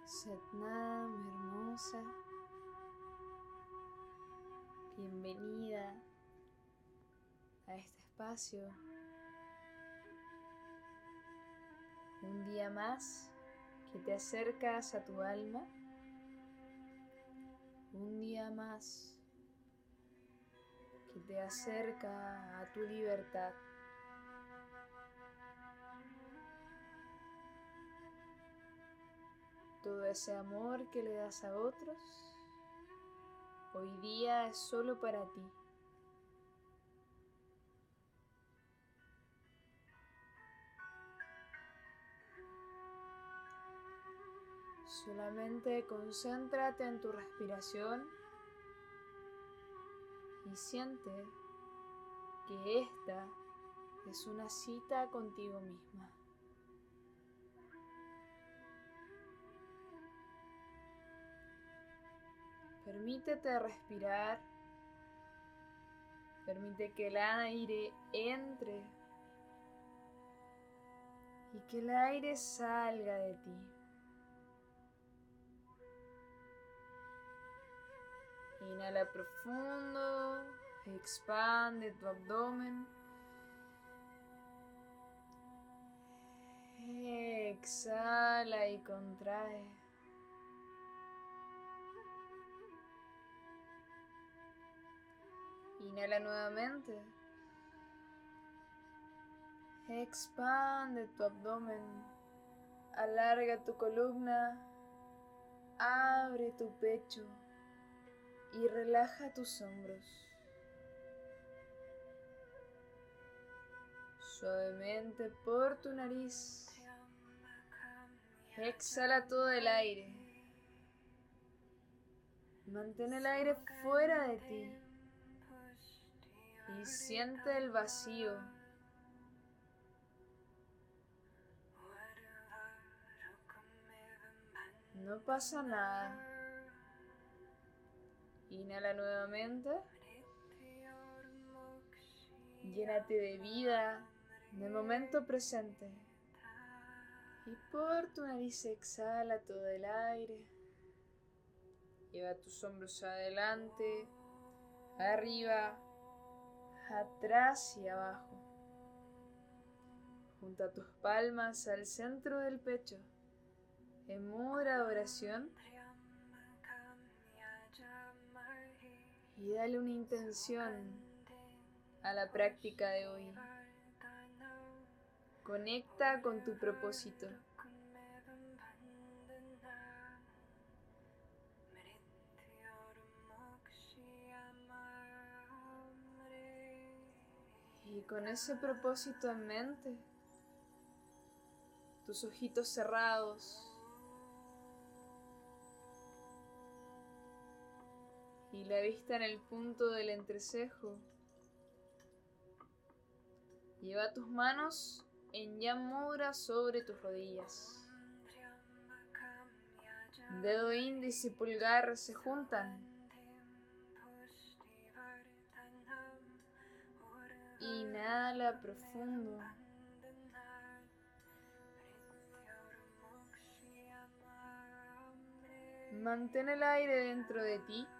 Satnam, hermosa, bienvenida a este espacio. Un día más que te acercas a tu alma, un día más que te acerca a tu libertad. Todo ese amor que le das a otros, hoy día es solo para ti. Solamente concéntrate en tu respiración y siente que esta es una cita contigo misma. Permítete respirar, permite que el aire entre y que el aire salga de ti. Inhala profundo, expande tu abdomen. Exhala y contrae. Inhala nuevamente. Expande tu abdomen. Alarga tu columna. Abre tu pecho y relaja tus hombros. Suavemente por tu nariz. Exhala todo el aire. Mantén el aire fuera de ti y siente el vacío. No pasa nada. Inhala nuevamente. Llénate de vida, de momento presente. Y por tu nariz exhala todo el aire. Lleva tus hombros adelante, arriba, atrás y abajo. Junta tus palmas al centro del pecho. En mudra de oración. Y dale una intención a la práctica de hoy. Conecta con tu propósito. Y con ese propósito en mente, tus ojitos cerrados y la vista en el punto del entrecejo, lleva tus manos en Yan Mudra sobre tus rodillas. Dedo índice y pulgar se juntan. Inhala profundo. Mantén el aire dentro de ti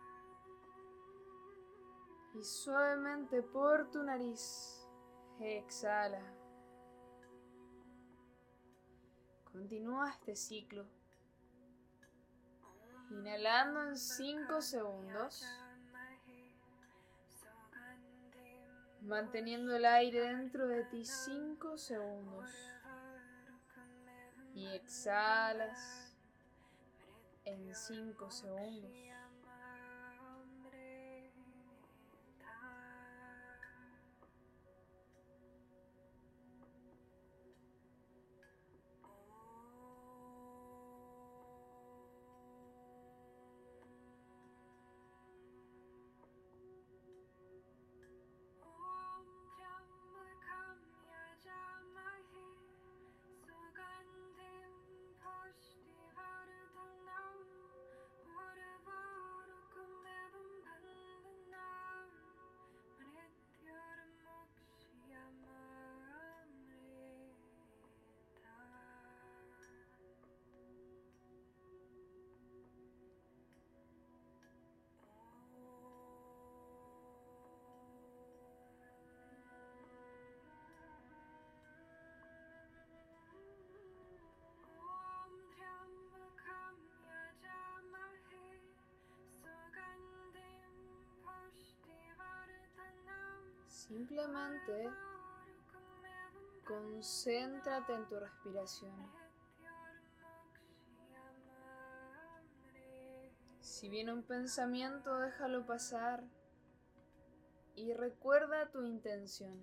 y suavemente por tu nariz exhala. Continúa este ciclo. Inhalando en 5 segundos. Manteniendo el aire dentro de ti 5 segundos. Y exhalas en 5 segundos. Simplemente concéntrate en tu respiración. Si viene un pensamiento, déjalo pasar y recuerda tu intención.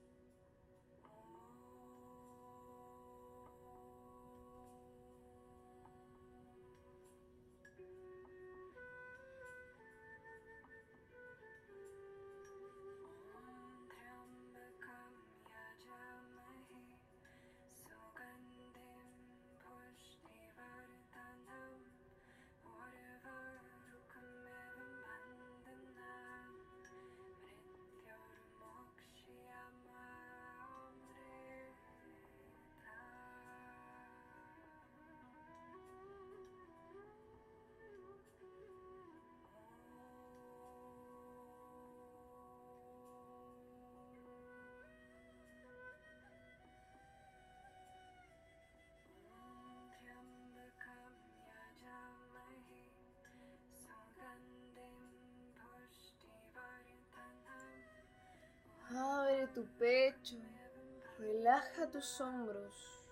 Abre tu pecho, relaja tus hombros,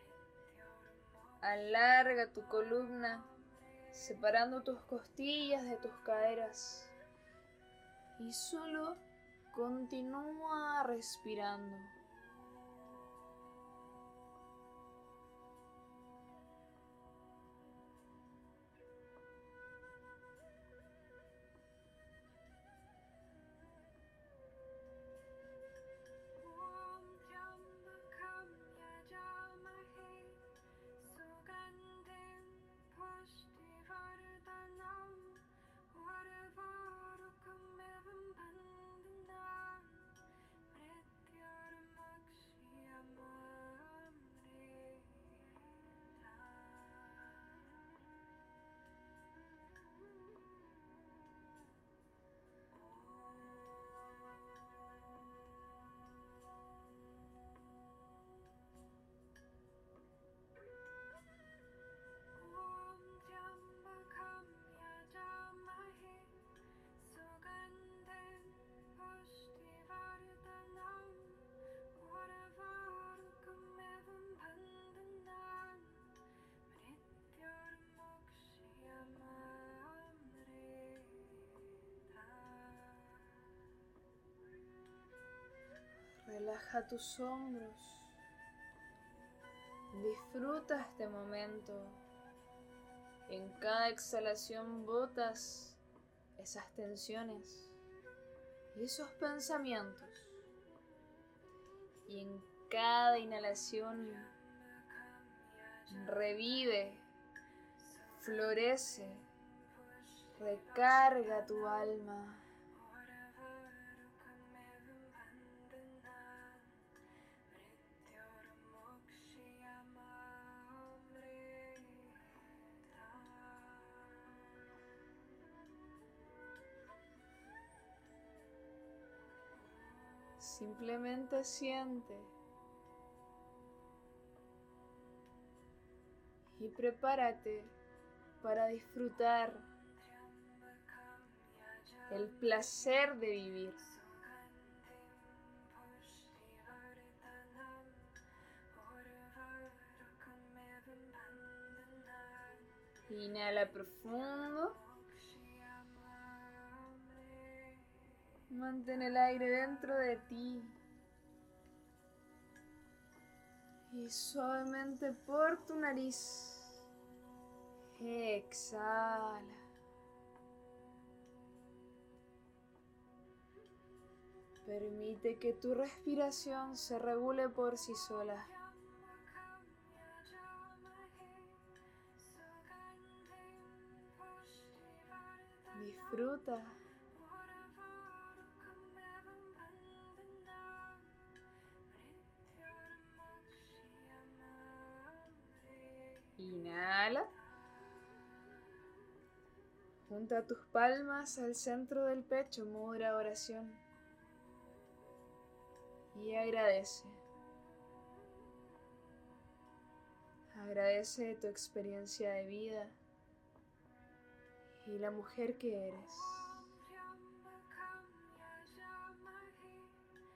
alarga tu columna, separando tus costillas de tus caderas y solo continúa respirando. Relaja tus hombros. Disfruta este momento. En cada exhalación botas esas tensiones y esos pensamientos. Y en cada inhalación revive, florece, recarga tu alma. Simplemente siente y prepárate para disfrutar el placer de vivir. Inhala profundo. Mantén el aire dentro de ti. Y suavemente por tu nariz, exhala. Permite que tu respiración se regule por sí sola. Disfruta. Inhala. Junta tus palmas al centro del pecho, mudra oración. Y agradece. Agradece tu experiencia de vida y la mujer que eres.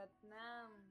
Satnam.